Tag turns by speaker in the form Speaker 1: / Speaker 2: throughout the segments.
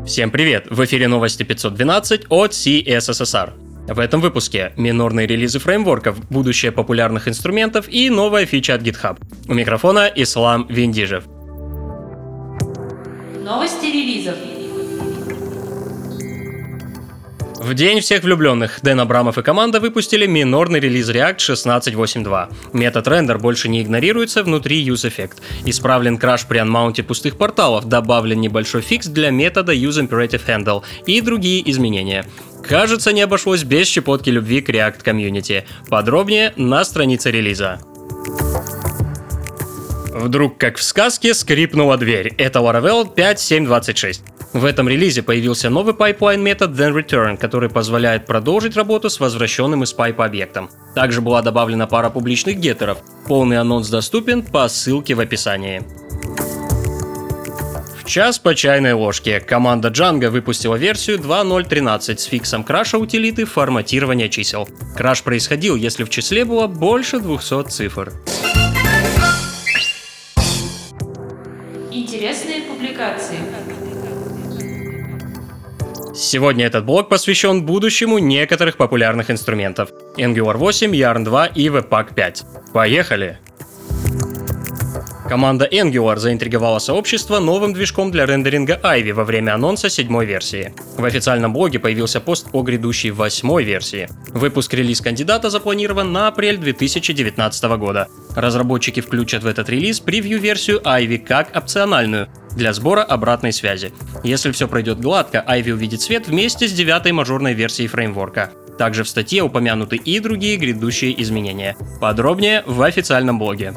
Speaker 1: Всем привет! В эфире новости 512 от CSSR. В этом выпуске минорные релизы фреймворков, будущее популярных инструментов и новая фича от GitHub. У микрофона Ислам Виндижев.
Speaker 2: Новости релизов.
Speaker 1: В день всех влюбленных Дэн Абрамов и команда выпустили минорный релиз React 16.8.2. Метод рендер больше не игнорируется внутри useEffect. Исправлен краш при анмаунте пустых порталов, добавлен небольшой фикс для метода useImperative_handle и другие изменения. Кажется, не обошлось без щепотки любви к React комьюнити. Подробнее на странице релиза. Вдруг, как в сказке, скрипнула дверь. Это Laravel 5.7.26. В этом релизе появился новый пайплайн метод thenReturn, который позволяет продолжить работу с возвращенным из пайпа объектом. Также была добавлена пара публичных геттеров. Полный анонс доступен по ссылке в описании. В час по чайной ложке. Команда Django выпустила версию 2.0.13 с фиксом краша утилиты форматирования чисел. Краш происходил, если в числе было больше 200 цифр.
Speaker 2: Интересные публикации.
Speaker 1: Сегодня этот блог посвящен будущему некоторых популярных инструментов: Angular 8, Yarn 2 и Webpack 5. Поехали! Команда Angular заинтриговала сообщество новым движком для рендеринга Ivy во время анонса 7-й версии. В официальном блоге появился пост о грядущей 8-й версии. Выпуск релиз кандидата запланирован на апрель 2019 года. Разработчики включат в этот релиз превью-версию Ivy как опциональную для сбора обратной связи. Если все пройдет гладко, Ivy увидит свет вместе с 9-й мажорной версией фреймворка. Также в статье упомянуты и другие грядущие изменения. Подробнее в официальном блоге.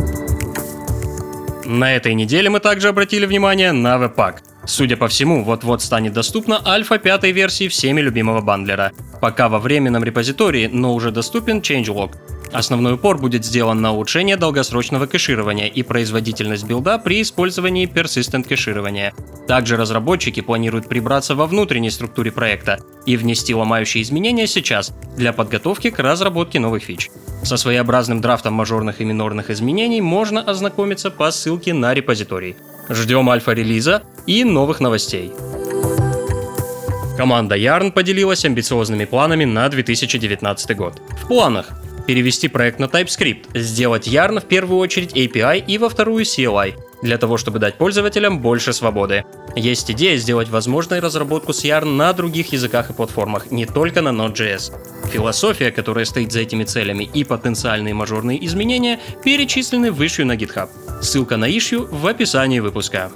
Speaker 1: На этой неделе мы также обратили внимание на Webpack. Судя по всему, вот-вот станет доступна альфа 5-й версии всеми любимого бандлера. Пока во временном репозитории, но уже доступен changelog. Основной упор будет сделан на улучшение долгосрочного кэширования и производительность билда при использовании persistent кэширования. Также разработчики планируют прибраться во внутренней структуре проекта и внести ломающие изменения сейчас для подготовки к разработке новых фич. Со своеобразным драфтом мажорных и минорных изменений можно ознакомиться по ссылке на репозиторий. Ждем альфа-релиза и новых новостей. Команда Yarn поделилась амбициозными планами на 2019 год. В планах перевести проект на TypeScript, сделать Yarn в первую очередь API и во вторую CLI, для того, чтобы дать пользователям больше свободы. Есть идея сделать возможной разработку с Yarn на других языках и платформах, не только на Node.js. Философия, которая стоит за этими целями, и потенциальные мажорные изменения перечислены в issue на GitHub. Ссылка на issue в описании выпуска.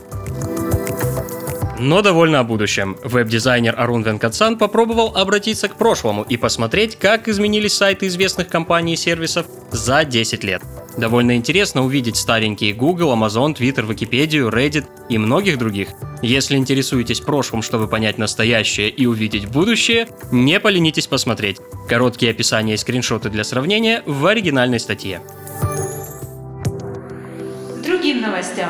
Speaker 1: Но довольно о будущем. Веб-дизайнер Арун Венкатсан попробовал обратиться к прошлому и посмотреть, как изменились сайты известных компаний и сервисов за 10 лет. Довольно интересно увидеть старенькие Google, Amazon, Twitter, Википедию, Reddit и многих других. Если интересуетесь прошлым, чтобы понять настоящее и увидеть будущее, не поленитесь посмотреть. Короткие описания и скриншоты для сравнения в оригинальной статье.
Speaker 2: К другим новостям.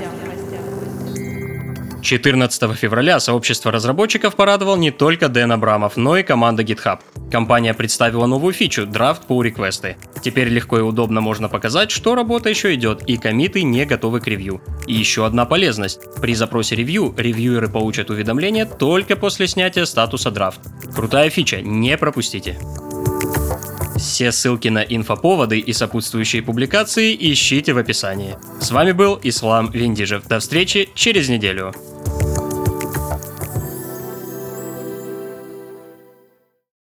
Speaker 1: 14 февраля сообщество разработчиков порадовал не только Дэн Абрамов, но и команда GitHub. Компания представила новую фичу — Draft Pull реквесты. Теперь легко и удобно можно показать, что работа еще идет и коммиты не готовы к ревью. И еще одна полезность: при запросе ревью ревьюеры получат уведомление только после снятия статуса Draft. Крутая фича, не пропустите. Все ссылки на инфоповоды и сопутствующие публикации ищите в описании. С вами был Ислам Виндижев. До встречи через неделю.